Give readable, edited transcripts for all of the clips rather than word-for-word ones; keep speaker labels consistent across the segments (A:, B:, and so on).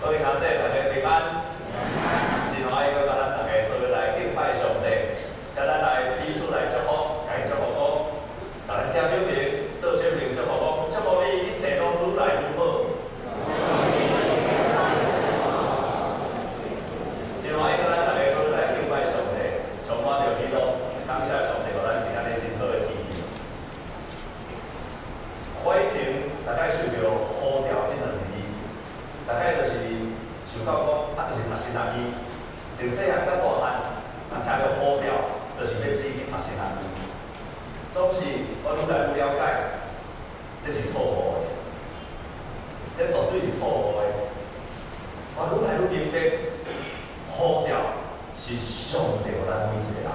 A: 各位同志，大家平安。真欢喜搁甲咱大家做伙来敬拜上帝，甲咱来彼此来祝福，来祝福讲，甲咱家手边、倒手边祝福讲，祝福你一切拢愈来愈好。真欢喜搁咱大家做伙来敬拜上帝，充满着喜乐，感谢上帝互咱今仔日真好的天气。我以前大概受着呼调这两字，大概就是想到讲，就是读神学院，从细汉到大汉，听到呼调，就是要自己读神学院。总是我愈来愈了解，这是错误的，这绝对是错误的。我愈来愈明白，呼调是上帝互咱每一个人。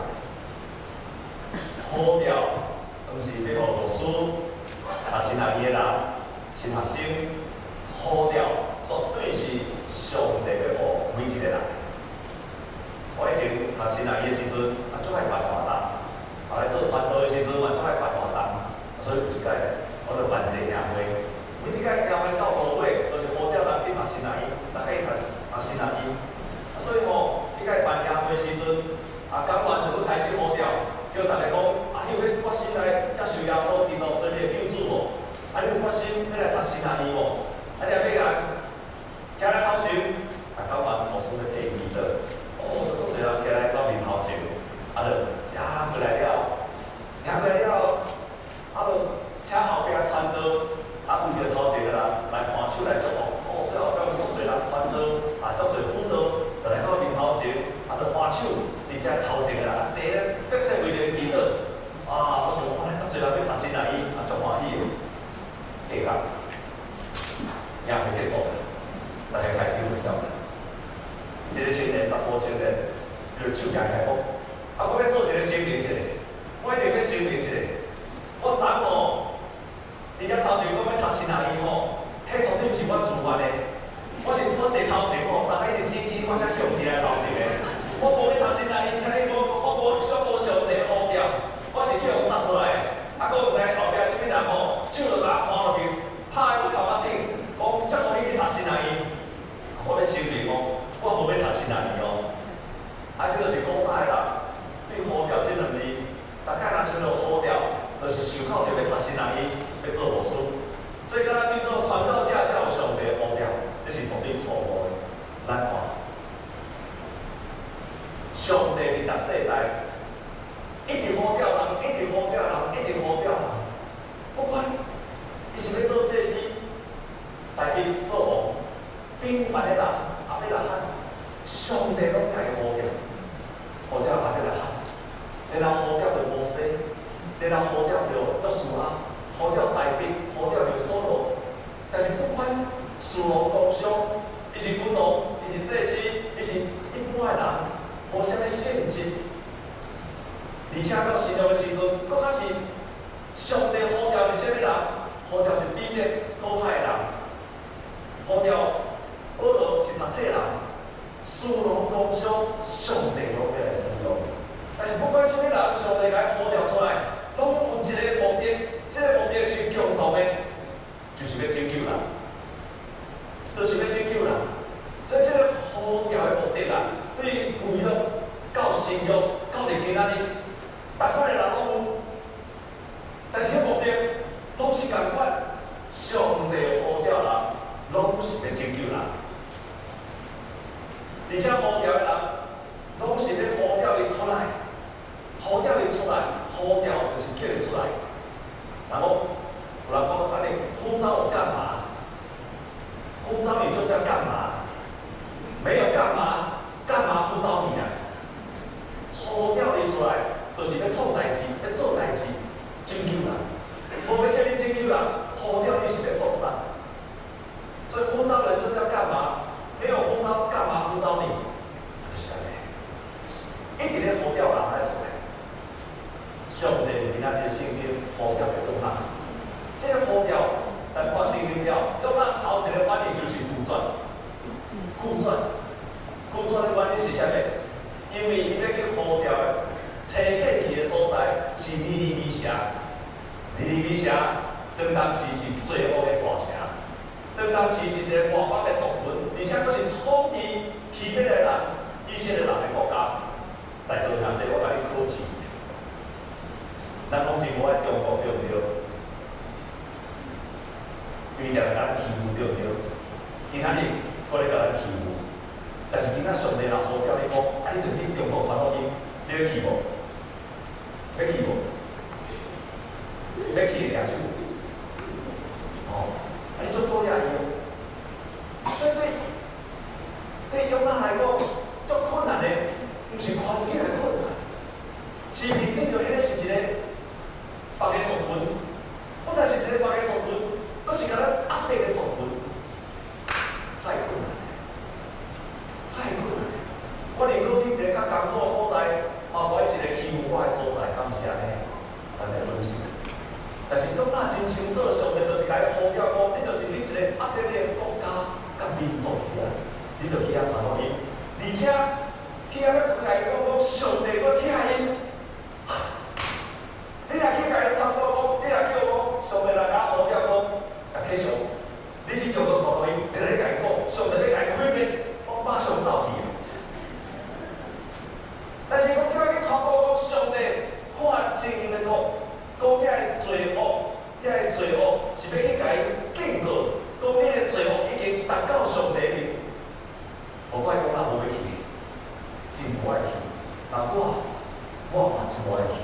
A: 呼调，毋是要互老师、读神学院的人、神学生呼调，绝对是上帝要互每一个人。我以前读神学院的时阵，足爱办活动，后来做传道的时阵，嘛足爱办活动，所以有一届，我就办一个营会。每一届营会到五尾，都是呼调人去读神学院，大家去读神学院。所以吼，迄届办营会的时阵，讲完就要开始呼调，叫大家讲，你有要决心来接受耶稣基督做你的救主无？你有决心要来读神学院无？你要来行来头前，讲完牧师要提议的，就足侪人行来到面头前，就过来了，就请后壁传道，为着头前的人来看手来祝福，所以后壁有足侪人传道，足侪辅导，就来到面头前，就花手，而且头前的人，第一迫切为着祈祷，我想讲，足侪人要读神学院，足欢喜的，结果营会结束。大家开始回调，一个青年查甫青年，就手举起来讲，我要做一个声明一下，我一定要声明一下，我昨吼，伫遮头前讲要读神学院吼，迄绝对毋是我自愿的，我坐头前吼，大家是支持我才向前来头前的，我无要读神学院，请你我无上帝的呼召，我是去互杀出来的，搁毋知后壁啥物人吼，手就甲我翻落去，拍喺我头壳顶，讲祝福你去读神学院。我要声明哦，我无要读神学院哦。这就是古早的人对呼召这两字，大概人像着呼召，就是想到着要读神学院，要做牧师。所以，敢若变做传道者才有上帝的呼召，这是绝对错误的。咱看，上帝伫逐世代一直呼召人，一直呼召人，一直呼召人，不管伊是要做祭司，大去做王。平凡的人也要来喊，上帝拢甲伊呼召，呼召也要来喊，然后呼召着摩西，然后呼召着约书亚，呼召大卫，呼召着扫罗。但是不管事务当中，伊是君王，伊是祭司，伊是一般的人，无啥物性质。而且到新约的时阵，搁较是上帝呼召是啥物人？呼召是比列讨海的人，呼召。保罗是读册人，事务当中，上帝拢要来使用。但是不管啥物人，上帝甲伊呼召出来，拢有一个目的，这个目的是共同的，就是要拯救人，就是要拯救人。所以这个呼召的目的啊，对规约到新约到伫今仔日，大款的人拢有，但是迄目的拢是共款，上帝呼召人，拢是要拯救人。而且呼召的人，拢是要呼召伊出来，呼召伊出来，呼召就是叫伊出来。然后有人讲，你呼召我干嘛？呼召你就是要干嘛？没有干嘛，干嘛呼召你啊？呼召伊出来，就是要创代志，要做代志，拯救人。无要叫你拯救人，呼召你是要创啥？所以呼召人就是要干嘛？没有呼召，干嘛呼召你？就是安尼，一直咧呼召人来出来。上帝伫咱的圣经呼召的对象，这个呼召，咱看圣经了，用咱头一个翻译就是顾转。顾转的原因是啥物？因为伊要去呼召的初起去的所在是尼尼微城，尼尼微城当当时是罪恶的大城。当当时一个外邦的族群，而且佫是规定甲咱欺负对不对？今仔日我咧甲咱欺负，但是今仔上帝若呼叫你讲，啊，你着去中国传福音，你要去无？要去无？要去举手。哦，啊，你做多呀伊哦。所以对勇敢来讲，足困难的，毋是环境的困难，是面对着迄个是一个别个族群，不但是一个别个族群，佫是甲咱压迫的族群，太困难了，太困难了。我宁可去一个较艰苦的所在，嘛不爱一个欺负我的所在，敢毋是安尼？咱来分析。但是当咱真清楚，上帝就是甲伊呼叫讲，你就是去一个压迫你的国家甲民族去啊，你就去遐传福音，而且去遐要甲伊讲上帝要听因。你若去甲伊通报讲，你若叫我上帝来甲呼叫讲，甲启上，你去中国传福音，你来甲伊讲，上帝要甲伊毁灭，我马上走去。但是我叫伊去传报讲，上帝看正经的讲。讲遐个罪恶，遐个罪恶是要去甲伊警告，讲你个罪恶已经达到上帝面。无怪讲咱无要去，真无爱去。但我嘛真无爱去。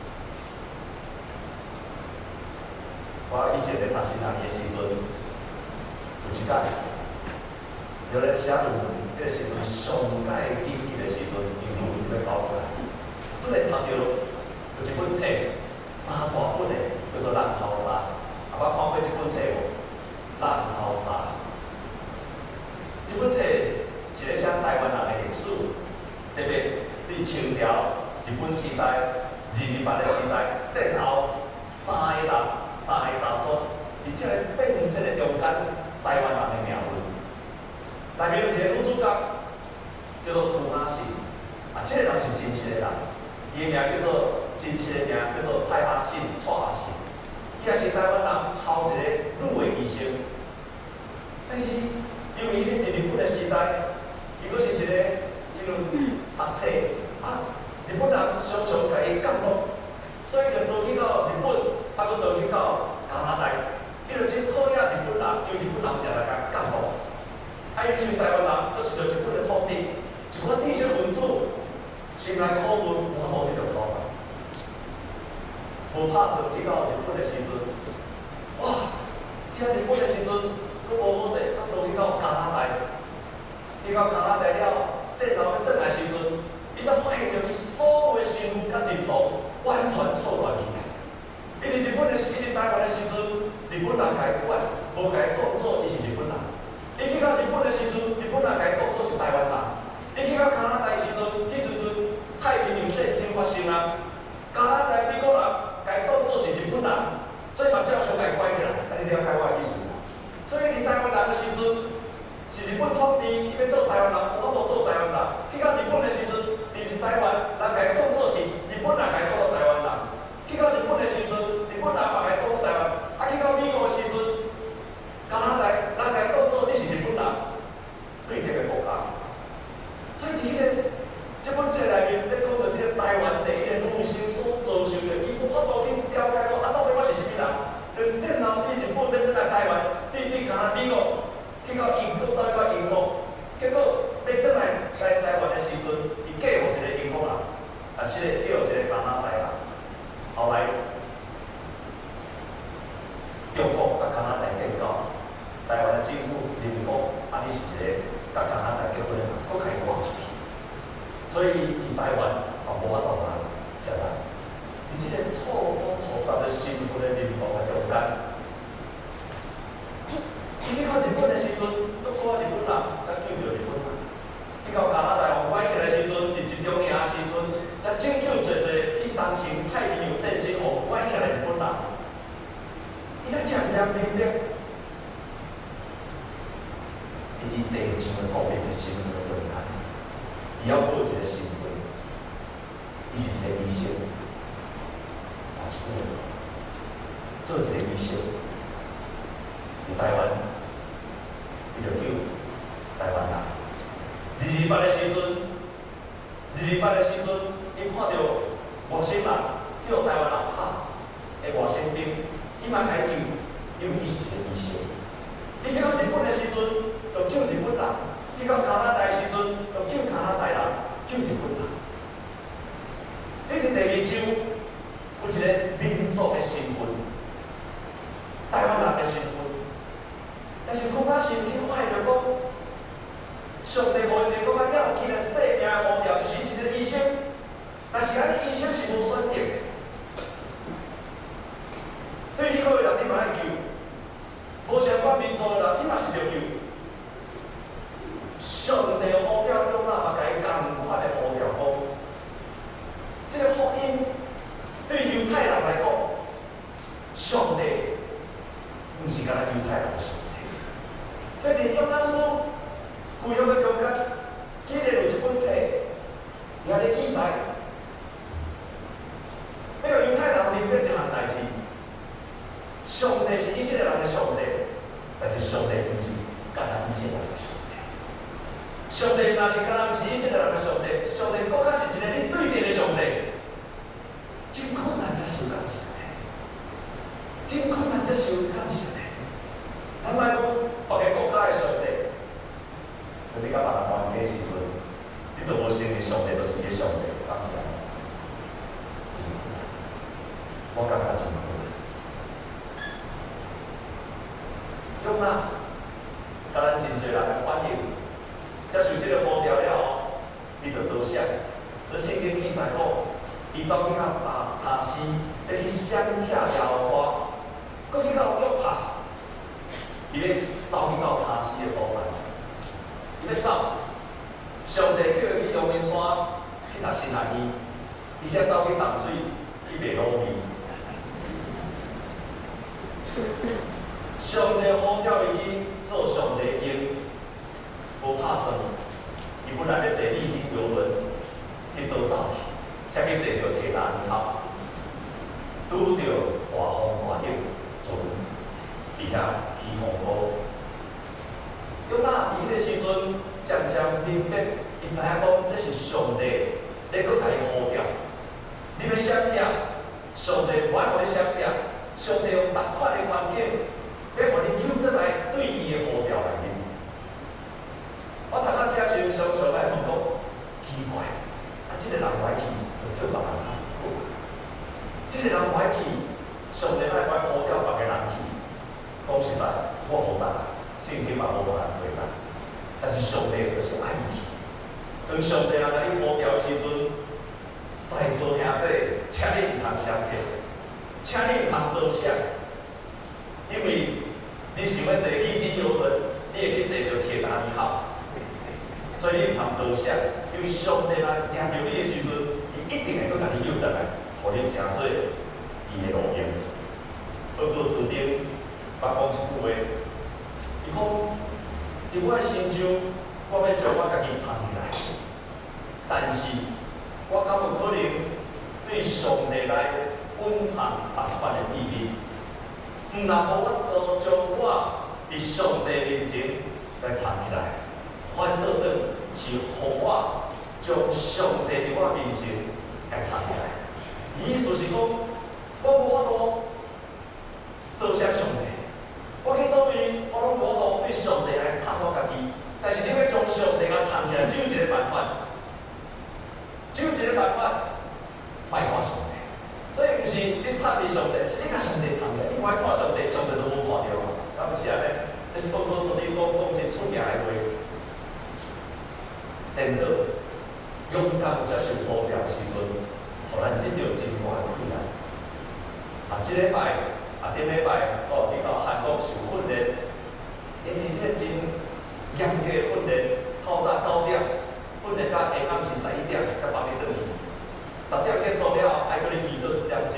A: 我以前咧读新学的时阵，有一届，就咧写论文，迄个时阵上届紧急的时阵，因为论文要交出来，拄然读到有一本册。三大本的叫做《人头沙》，啊，我看过这本册无？《人头沙》这本册是咧写台湾人的历史，特别对清朝、日本时代、日本的时代战后三个大作，而且变迁的中间台湾人的命运。内面有一个女主角叫做涂阿信，啊，这个人是真实的人，伊的名叫做。真实的名叫做蔡阿信、蔡阿信，伊也是台湾人后一个女的医生。但是因为伊伫日本的时代，伊阁是一个即种读册啊，日本人常常甲伊降落，所以就倒去到日本，啊，阁倒去到加拿大，伊就真讨厌日本人，因为日本人常常甲降落。啊，伊像台湾人，都是着日本的土地，一寡知识分子心内苦闷，我无迄条土。无拍算去到日本的时阵，哇！去到日本的时阵，佫无好势，佫倒去到加拿大。去到加拿大了，战后要转来时阵，伊才发现着伊所有的身份甲认同完全错乱去。伊伫日本的时，伊伫台湾的时阵，日本人甲伊管，无甲伊当作伊是日本人。伊去到日本的时阵，日本人甲伊当作是台湾人。伊去到加拿大的时阵，迄阵太平洋战争发生啊，加拿大美国人。甲伊当作是日本人，所以嘛照常甲伊关起来，啊，你了解我的意思无？所以伫台湾人的时阵，是日本土地，伊要做台湾人，无法度做台湾人。去到日本的时阵，伫台湾人甲伊当作是日本人，甲伊当作台湾人。去到日本的时阵，日本人嘛甲伊当作台湾。啊，去到美国的时阵，加拿大人甲伊当作你是日本人，对这个国家。所以伫这本册内面，咧讲到这个台湾第一个女性所遭受的，伊无法度去了解讲，啊，到底我是啥物人？从战后去日本，要转来台湾，去美国，去到英国，走去到英国，结果要转来台湾的时阵，伊嫁予一个英国人，啊，是嫁予一个加拿大人。后来，中国甲加拿大建交，台湾的政府认为讲，啊，你是一个甲加拿大结婚的人，佫甲伊赶出去。所以，伫台湾也无法度来食人。伫即个错综复杂的身份的认同的中间，伊去到日本的时阵，足多日本人才救着日本人；去到加拿大互拐起来时阵，伫一中营时阵，才拯救侪去当时太平洋战争互拐起来日本人。伊才渐渐明白，伊地上的国民的身份的中间。伊要过一个身份，伊是一个医生，也是做一个医生。伫台湾，伊就救台湾人。二八的时阵，伊看到外省人叫台湾人拍的外省兵，伊嘛甲伊救，因为伊是一个医生。 阵，就救日本人；去到加拿大时阵，就救加拿大人，救日本人。你伫第二州有一个民族的身份，台湾人的身份，但是讲到神经发现着讲，上帝无一个讲要有起来生命的呼召，就是一个医生，但是安尼医生是无选择的。对你好的人，你嘛爱救；无相关民族的人，你嘛是着救。上帝呼召中啊，嘛甲伊共款的呼召讲，这个福音对犹太人来讲，上帝毋是干那犹太人的上帝。所以连约翰书旧约的中间，竟然有一本册，也咧记载，那个犹太人明白一项代志。上帝是以色列人的上帝，但是上帝不是干咱以色列人的上帝。上帝若是干咱是以色列人的上帝，上帝更较是一个你对面的上帝。真困难才受感谢的，真困难才受感谢的。咱莫讲别个国家的上帝，你甲别人关系的时阵，你都无承认上帝就是你的上帝，感谢。真困难，我感觉真困难。用啊，甲咱真侪人的反应，接受这个呼召了后，你就多想，在圣经记载讲，伊走去到塔西，要去闪遐耶和华，搁去到约帕，伊要走去到塔西的所在，伊要走，上帝叫伊去阳明山去读新学院，伊先走去淡水去卖卤味。上帝呼召伊去做上帝用，无拍算。伊本来要坐丽晶游轮，去倒走去，才去坐着铁达尼号，拄着大风大雨，船伫遐起风波。约拿伫迄个时阵，渐渐明白，伊知影讲这是上帝咧搁甲伊呼召。你要闪避，上帝无爱互你闪避，上帝用逐款的环境。要互你救转来对伊的呼召来面。我头仔遮时常常来问讲，奇怪，即个人歪去，就叫别人去；即个人歪去，上帝爱我呼召别个人去。讲实在，我无答，圣经嘛无人回答。但是上帝就是爱你去。当上帝人甲你呼召的时阵，在座兄弟，请你毋通相骗，请你毋通多想，因为你想要坐丽晶游轮，你会去坐着铁达尼号，所以你毋通多想，因为上帝来领着你的时阵，伊一定会搁甲你救转来，互你成做伊的路用。报告书顶捌讲一句话，伊讲：伫我的心中，我要将我家己藏起来，但是我敢有可能对上帝来隐藏同款的秘密？毋若无我做将我伫上帝面前来藏起来，反倒转是互我将上帝伫我面前来藏起来。意思是讲，我无法度多谢上帝，我去倒位，我拢无法度对上帝来藏我家己。但是你要将上帝甲藏起来，只有一个办法，只有一个办法，拜托上帝。所以毋是你插伫上帝，是你甲上帝藏起来。你莫看上帝，上帝都无看到啊！敢毋是安尼？这是报告书里讲真出名的话。颠倒，勇敢接受呼召时阵，互咱得到真大的困难。即礼拜，顶礼拜，我去到韩国受训练，因为迄个真严格的训练，透早9点，训练到下暗时11点，才放你转去。10点结束了后，还搁你祈祷1点钟。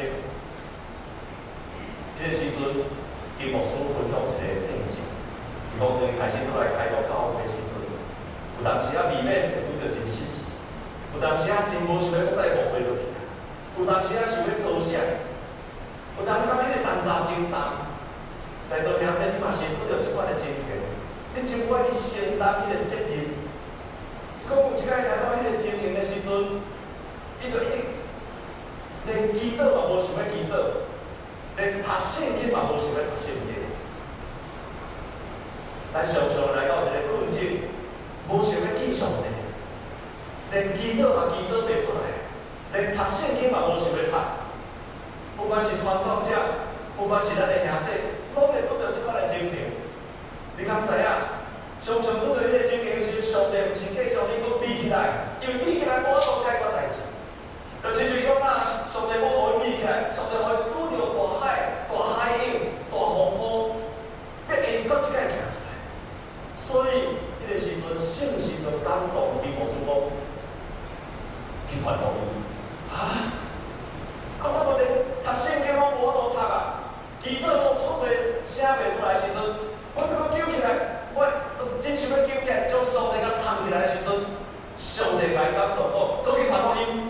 A: 迄个时阵，金牧师分享一个见证，伊讲从开始倒来开国教会时阵，有当时未免会拄着真失志，有当时真无想要再误会落去，有当时想要多想，有当感觉迄个担担真重。在座兄弟，你嘛是拄着即款的情形，你真不爱去承担迄个责任。讲有一摆来到迄个情形的时阵，伊就一直连祈祷嘛无想要祈祷，连读圣经嘛无想要读圣经。但咱常常来到一个困境，无想要见上帝，连祈祷嘛祈祷袂出来，连读圣经嘛无想要读。不管是传道者，不管是咱的兄弟，拢会拄到即款的情形。你敢知影？常常拄到迄个情形时，上帝毋是继续你搁美起来，因为美起来无法度解决代志。就亲像讲啊，上帝要互伊美起来，上帝互伊拄着大海、大海涌、大风波，必因搁一摆行出来。所以，迄个时阵，圣神就感动提摩斯讲，去传福音。啊！我连读圣经拢无法度读啊，祈祷拢出袂写袂出来的时阵，我感觉救起来，我真想要救起来，将上帝甲藏起来的时阵，上帝来感动我，搁去传福音。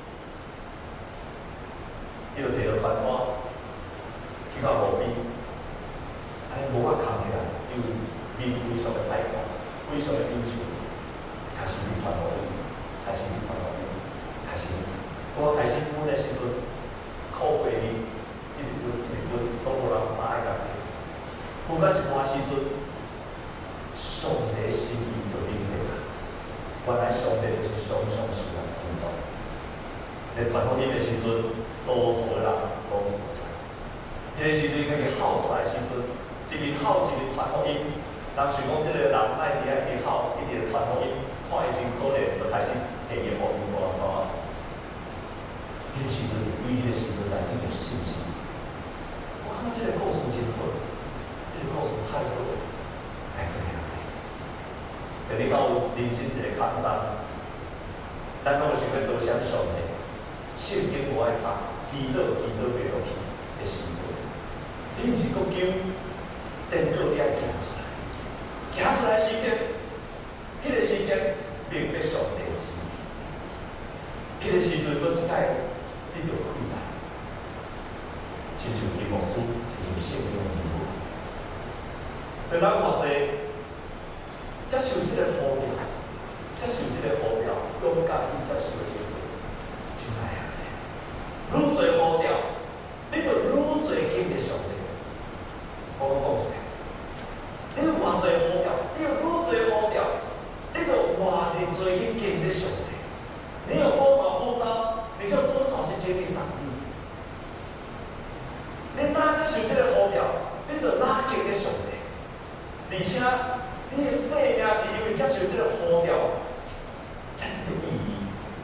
A: 伊就摕着传单，去到路边，安尼无法扛起来，因为面非常的歹看，非常的忧愁，开始去传福音，开始去传福音，开始。我开始阮的时阵，苦过日，一直都无人知影家己。不到一半时阵，上帝的心意就领了啦。原来上帝就是常常需要工作。在传福音的时阵。多数的人拢无出。迄个时阵，伊去吼出来的时阵，一日吼一日传福音。人想讲，即个人爱伫遐去吼，一直传福音，看伊真可怜，就开始下个福音无人讲。迄个时阵，对迄个时阵来有信心。我感觉即个故事真好，即个故事太好了，才做样子。等你到人生一个抗战，咱拢想要多想上帝，圣经无爱读。祈祷袂落去的时阵，你毋是搁求，等到你爱行出来，行出来时间，迄个时间并不上帝的旨意。迄个时阵，搁一摆你就开来，亲像提摩斯，亲像圣经人物。对咱偌济接受即个呼召，接受即个呼召，勇敢去接受的时阵，真爱啊！愈多呼召，你就愈多经历上帝。我讲一下，你有偌多呼召，你有愈多呼召，你就偌尼多去经历上帝。你有多少呼召，你就多少去经历上帝。你哪接受这个呼召，你就哪经历上帝。而且，你的生命是因为接受这个呼召，才有意义。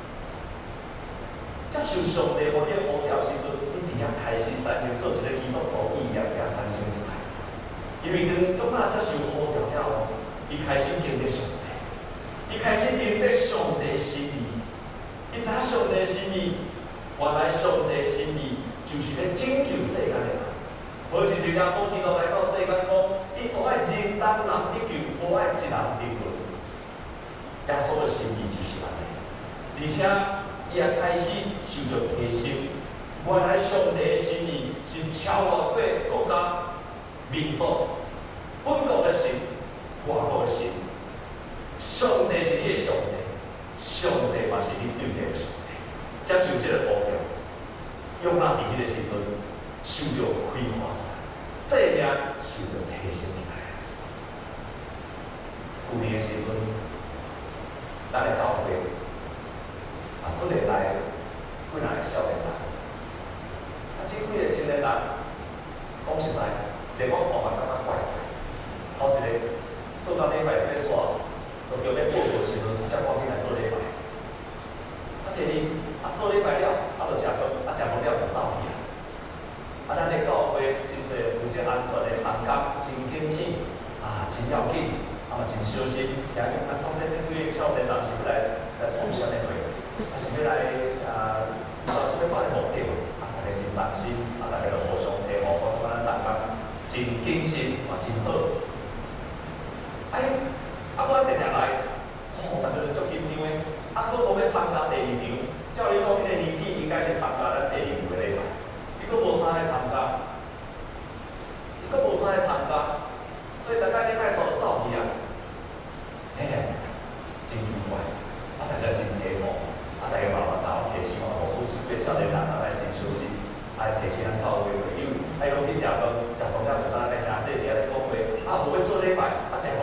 A: 接受上帝互你呼召时阵，你伫遐开始产生做一个基督徒意念，遐产生出来。因为当咱接受呼召了后，伊开始经历上帝，伊开始经历上帝的心意。伊知影上帝的心意，原来上帝的心意就是要拯救世间的人。无是就耶稣基督来到世间讲，伊无爱人当人得救，无爱一人得救。耶稣的心意就是安尼，而且。伊也开始受到提升，原来上帝的心意是超越过国家、民族、本国的神、外国的神。上帝是你的上帝，上帝嘛是你对面的上帝。接受这个呼召，用咱伫迄个时阵受到开发出来，生命受到提升起来。旧年的时阵，咱的教会。本来来，本来少年人，这几个青年人，讲实在，连我看嘛感觉怪怪。头一个做到礼拜要煞，就叫要报告的时阵，才赶紧来做礼拜。第二，做礼拜了，就食饭，食饭了就走去啊。咱的教会真侪负责安全的项目，真谨慎，真要紧，真小心。通常这几个少年人是来奉献的会。是要来是要办目标，大家真放心，大家就互相体谅，讲咱大家真谨慎，真好。我定定来，大家就足紧张的，佫无要参加第二场，照你讲，迄个年纪应该是参加咱第2个礼拜，伊佫无啥来参加，所以大家礼拜三走去啊，真愉快，大家真体谅。大家慢慢打，提醒我，无输对少年人来真小心，提醒咱教会，因为拢去食饭了，有当咱兄弟伫遐咧讲话，无要做礼拜，食饭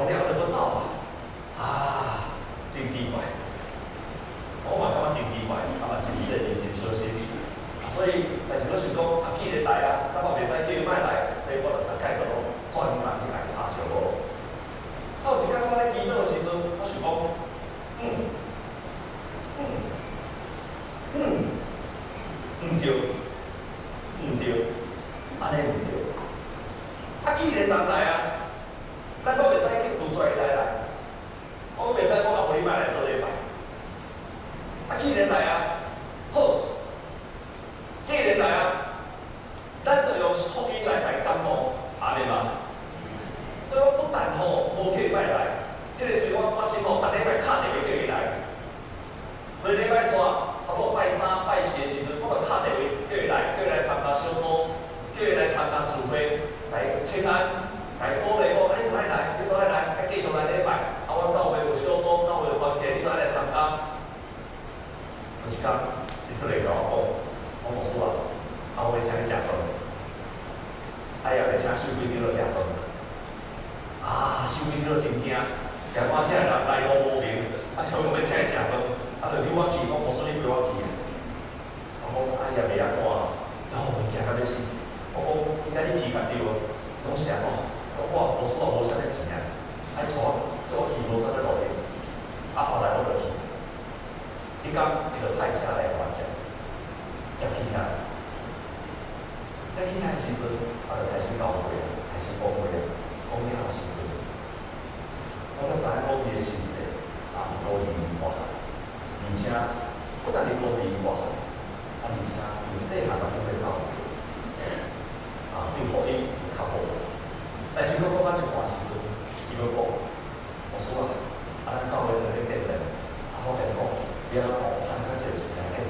A: 面就真惊，行我请人来路无明，啊，想讲要请伊食饭，啊，就叫我去，讲无顺你陪我去。我讲啊，也袂晓赶，然后我惊到要死。我讲应该你去家己无，拢是安怎？我无输啊，无啥物钱啊，啊，你带我去无啥物路用，啊，后来我就去。迄天伊就派车来我食，才去遐。在去遐时阵，我就开始教会，开始讲话，讲了时阵，我才知影讲伊的心势，啊，高于我，而且不但是高于我，啊，而且由细汉就准备教会，啊，对福音较好。但是我讲到一段时阵，伊要讲，牧师啊，啊，咱教会在咧建设，啊，我跟你讲，你啊，我看较侪时间咧，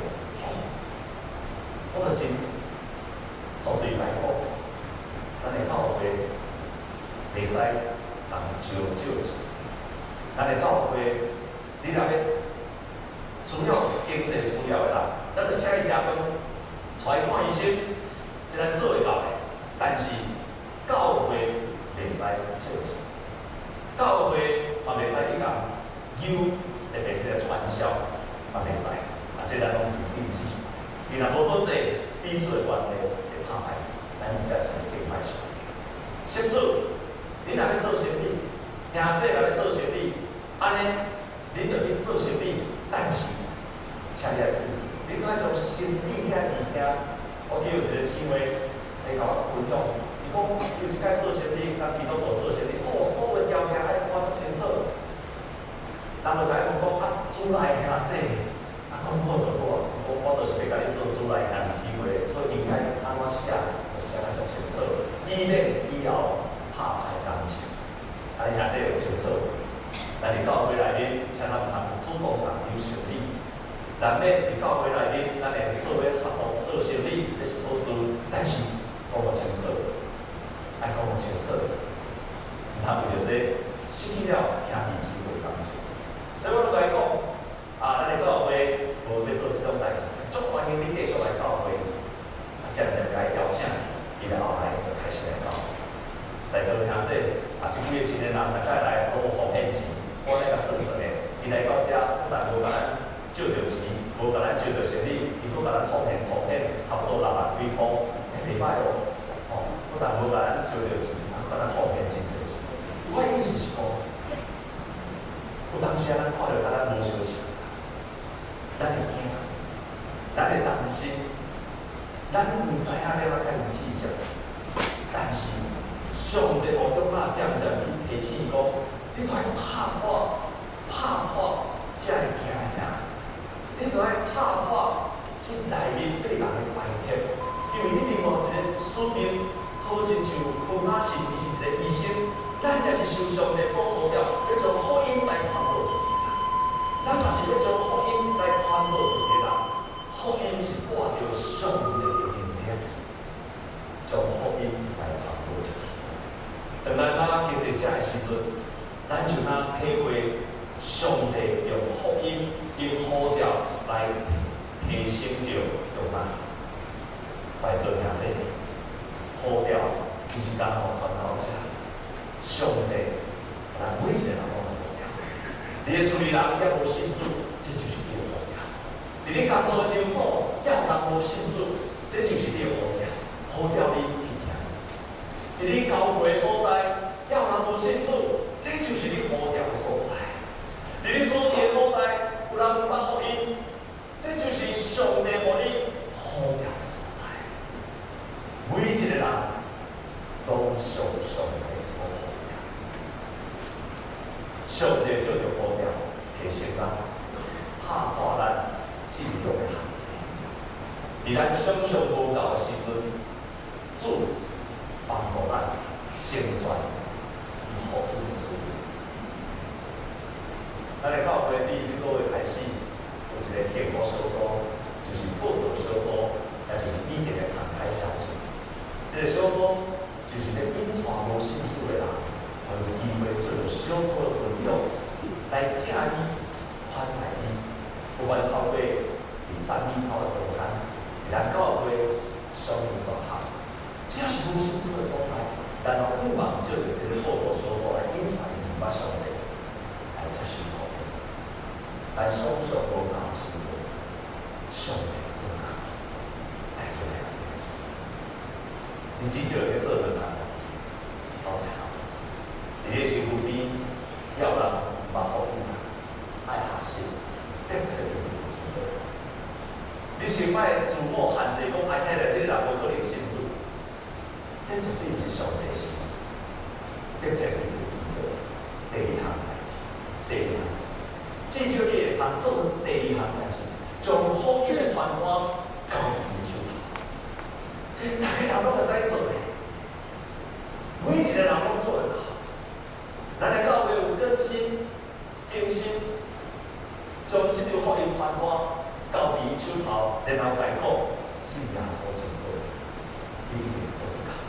A: 我就真。绝对来讲，咱的教会袂使人招钱。咱的教会，你若要需要经济需要的人，咱就请伊食饭，带伊看医生，这咱做会到的。但是教会袂使招钱，教会嘛袂使去讲有特别迄个传销，嘛袂使。啊，这咱拢是禁止。你若无好势，彼此的关系。拍卖，咱才是竞卖上。实事，你若要做生意，兄弟若要做生意，安尼，恁就去做生意。但是，请你来注意，你爱从生意遐物件，我记有一个姊妹来甲我分享，伊讲有一摆做生意，甲基督徒做生意，所有条件爱看足清楚。人就甲伊讲啊，主来兄弟，啊，讲好就好，我就是要甲你做主来兄弟姊妹，所以应该。安怎写，就写得足清楚，以免以后拍歹感情。啊，你若这有清楚，但是教会内面，像咱唔通主动谈有生理，难免伫教会内面，咱会做伙合作做生理，这是好事。但是讲无清楚，爱讲无清楚，唔通为着这失去了兄弟姊妹感情。所以我就甲伊讲，啊，咱的教会无要做这种代志，足欢迎你继续来教会。渐渐甲伊邀请，伊来后来就开始来教。在座兄弟，啊，即几个青年人大家来攞奉献钱，我来甲算算的，伊来到遮，不但无甲咱借着钱，无甲咱借着生理，伊佫甲咱奉献差不多6万几箍，袂歹哦。哦，不但无甲咱借着钱，还甲咱奉献真多钱。我意思是讲，有当时咱看到甲咱无相似，咱会惊，咱会担心。咱唔知影了，咱甲伊计较。但是上帝无中啊，渐渐去提醒伊讲，你都爱拍破，才会惊吓。你都爱拍破这内面对人的排斥，因为你另外一个使命，好亲像库马士，伊是一个医生，咱也是受上帝所呼召，要将福音来传播出去啦。咱嘛是要将福音来传播出去啦。福音是挂着上帝的。将福音来传播出去。当咱经历这个时阵，咱就体会上帝用福音、用呼召来提升着咱。在座兄弟，呼召不是刚好传到这，上帝咱每一个人都有呼召。你的厝里人也无信主，这就是你的呼召；你的工作的场所也有人无信主，这就是你的呼召。呼召你去听，伫你教会所在，要人无信主，这就是你呼召的所在；伫你所伫的所在，有人毋捌福音，这就是上帝互你呼召的所在。每一个人拢受上帝所呼召，上帝就着呼召提升咱，拍破咱信仰的限制。伫咱想象无够的时阵。主帮助咱成全福音的事业。咱的教会第这个月开始有一个幸福小组，就是报道小组，也就是以前的敞开小组。这个小组就是咧引传无信主的人，有机会做小组的分享，来听伊、宽待伊，不管透过伫赞美操的空间，咱教会相应大学。这是无信主的所在，然后不忙就有这个报道小组来引传伊。 在想象无够时阵，上帝做工，在做代志。你至少会做两件代志，多谢好。伫咧身躯边，要人捌好伊嘛，爱学习，得找伊。你想摆自我限制，讲爱睇来你人无可能信主，这绝对毋是上帝心。得找伊第二项代志，第二项，至少你会通做第二项代志，将福音的传播交伊手头。这大家人拢会使做的，每一个人拢做得到。咱的教会有更新、更新，将这条福音传播交伊手头，然后来讲信耶稣就好，你一定做得到。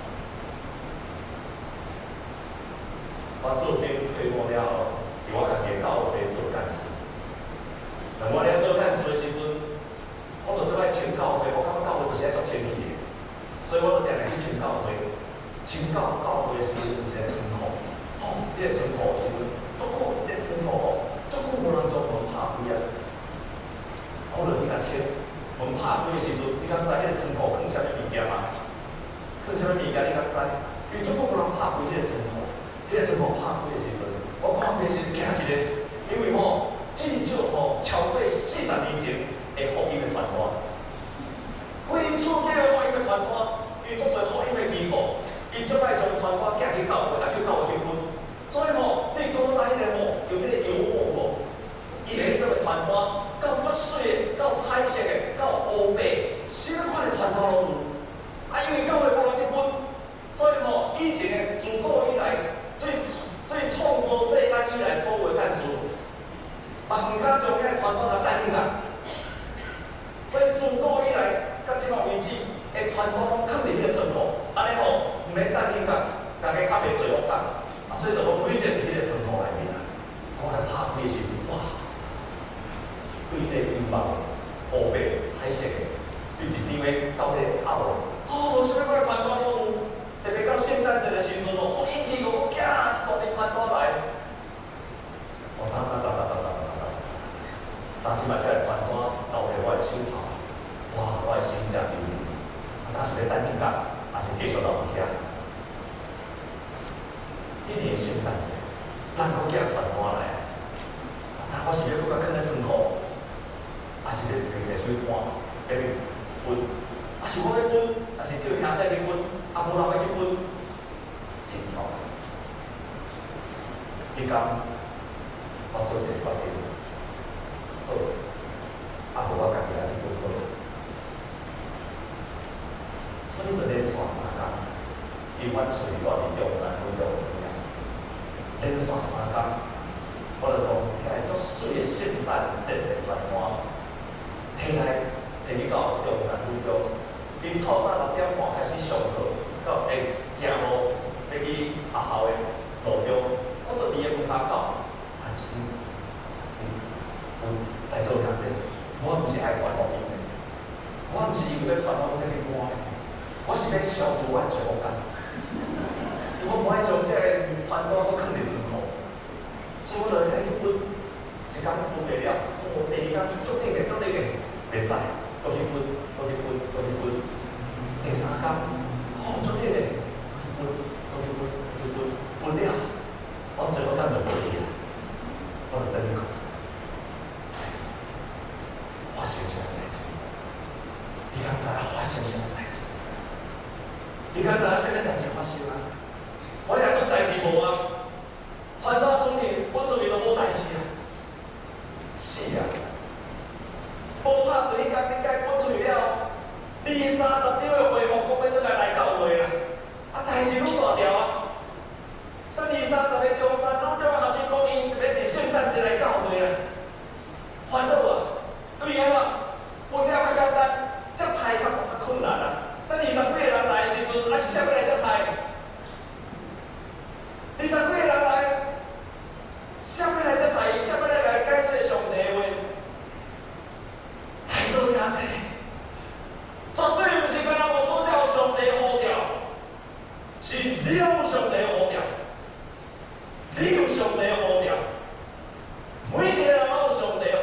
A: 我做兵退伍了后，伫我家己教会做干事。当我咧做干事的时阵，我就做爱请教会，我感觉教会就是爱做清气的，所以我就定定去请教会。请教会的时阵有一个称呼，迄个称呼时阵，足久迄个称呼足久无人将门拍开啊！我就去甲请，门拍开的时阵，你敢知迄个称呼放啥物物件吗？放啥物物件你敢知？因为足久无人拍开迄个称呼。迄个时候拍开的时阵，我看开是惊一个，因为至少超过40年前的福音的传播，每处皆个福音的传播，因为足侪福音的机构，伊足爱将传播寄去教会，啊叫教会去分，所以你古早迄个用迄个油墨伊个种个传播，到足水的，到彩色的，到乌白，什么款的传播拢有，啊因为教会无人去分，所以以前的自古以来。最创造世间以来所有的干事，嘛毋敢将遐传统来带领啊。所以自古以来，到即马为止，的传统拢肯定迄个称呼，安尼毋免带领啊，大家较袂罪恶感。所以就讲每一个伫迄个称呼内面啊，我甲拍开的时阵，哇，规个羽毛、乌白、彩色的，对一张的到迄个鸭什么款传统拢有。特别到圣诞节的时阵福音机构惊大滴传过来，但即摆才来传播到我的手头，哇！我的心真忧虑，当时咧等应甲，还是继续留伫遐。迄年圣诞节，咱国囝传过来，但我是要搁较放在仓库，还是咧摕水搬，要去分，还是我要分，还是叫兄弟去分。啊，无人要去分，天头。伊讲，我做一个决定，好，啊，无我家己来去分好。所以就连续3天，伫阮厝里住伫中山区这个地方，连续3天，我就讲遐足水的圣诞节的传单，摕来摕去到中山区中，因透早6点半开始上课。到会行路要去学校的路中，我就伫个门口口，在做啥子？我毋是爱传福音的，我毋是因为要传福音才去搬的，我是要消除我的罪恶感。因为我无爱将这个传单我放伫仓库，所以我就爱去分，一工分袂了，第二工足紧个，袂使，搁去分，第3工。做啲咧，分了，我最后感就无去啊，我就等你讲，发生啥代志？你敢知影发生啥代志？你敢知影啥物代志发生啊？我遐做代志无啊？传到准备，我准备都无代志啊。是啊，无拍算你甲我准备了，30张的回复，我要来教会啊！啊，代志愈大条啊！所以30个中山路中学生讲因要伫圣诞节来教会啊，烦恼啊！对啊嘛，分了较简单，接待较困难啊。等20几个人来的时阵，啊是啥物来接待？20几个人来，啥物来接待？啥物来解释上帝的话？才做遐济。绝对毋是干那无所叫上帝呼召，是了上帝呼召，了上帝呼召。每一个人拢有上帝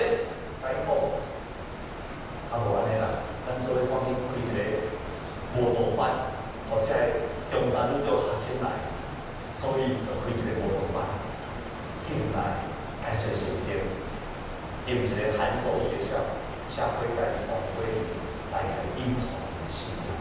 A: 甲伊讲，啊无安尼啦，咱做伙赶紧开一个无道班，或者中山女中学生来，所以就开一个无道班，进来来学习点，用一个函授学校、社会界的团队来引传信仰。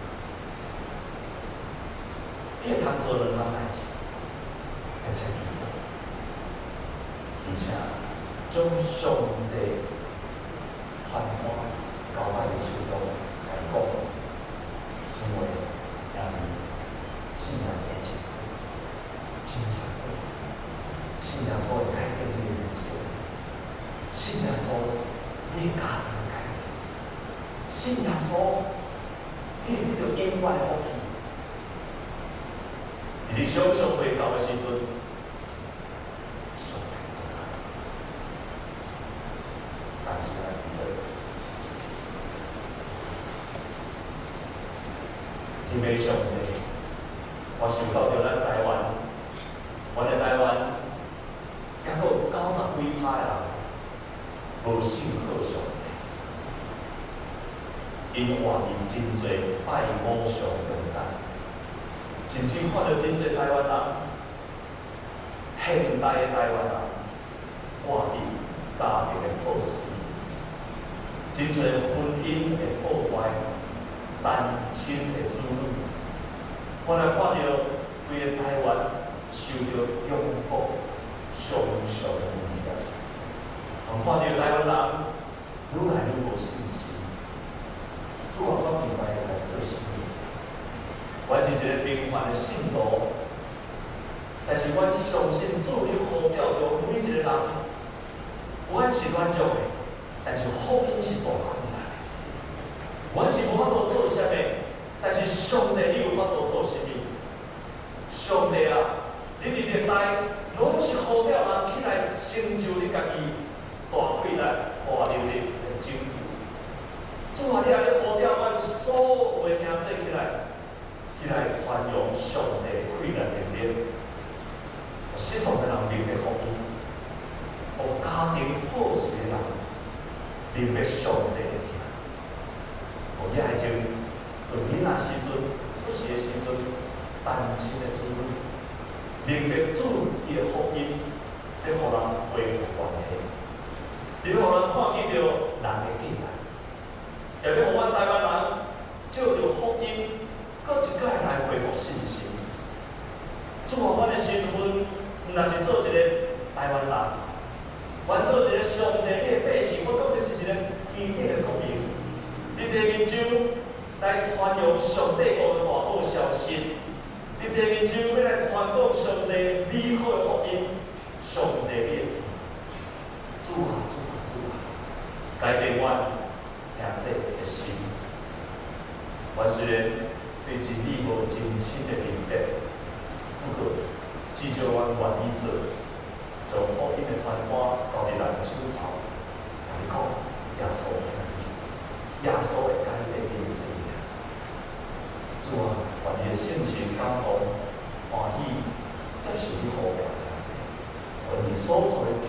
A: 你会通做两项代志，来出去，而且将上帝传播交摆的手中来讲，因为让你信仰所进，真正对，信仰所会改变你的人生，信仰所你的家庭改变，信仰所你会得到永远的福气。你想象袂到的时阵，上帝做啊！但是来面对，天父上帝，我想到着咱台湾，阮的台湾，还佫有90几%人无信靠上帝，因活入真侪拜偶像中间。甚至看到真侪台湾人，现代的台湾人，活入家庭的破碎，真侪婚姻的破坏，单亲的子女，我来看到规个台湾受到永国上上的威胁，我看到台湾人愈来愈无信心，主啊，我明白来做啥物？我是一个平凡的信徒，但是我相信主你呼召着每一个人，我是软弱的，但是福音是无困难的。我是无法度做啥物，但是上帝你有法度做啥物？上帝啊，你伫历代拢是呼召人起来成就你家己大贵来活入的真理。主啊，你也咧呼召阮所有的兄弟起来。起来传扬上帝贵人的能力，世上的人明白福音，互家庭破碎的人明白上帝的疼。互也会种，就囡仔时阵、出世的时阵，单亲的子女，明白主伊的福音，要互人恢复关系，要互人看见着人的进来，也要互阮台湾人借着福音。搁一摆来恢复信心。主啊，阮的身份，若是做一个台湾人，阮做一个上帝你的百姓，我当然是一个天顶的国民。你伫面上来传扬上帝国的大好消息，你伫面上要来传讲上帝美好的福音，上帝你的天。主啊，主啊，主啊，改变阮兄弟的心。阮虽然对真理无真深的明白，不过至少阮愿意做，将福音的传播交伫人手头。甲你讲，耶稣会改变，耶稣会改变你的生命。主啊，愿你的信心感动，欢喜接受你呼召的人生，为你所做的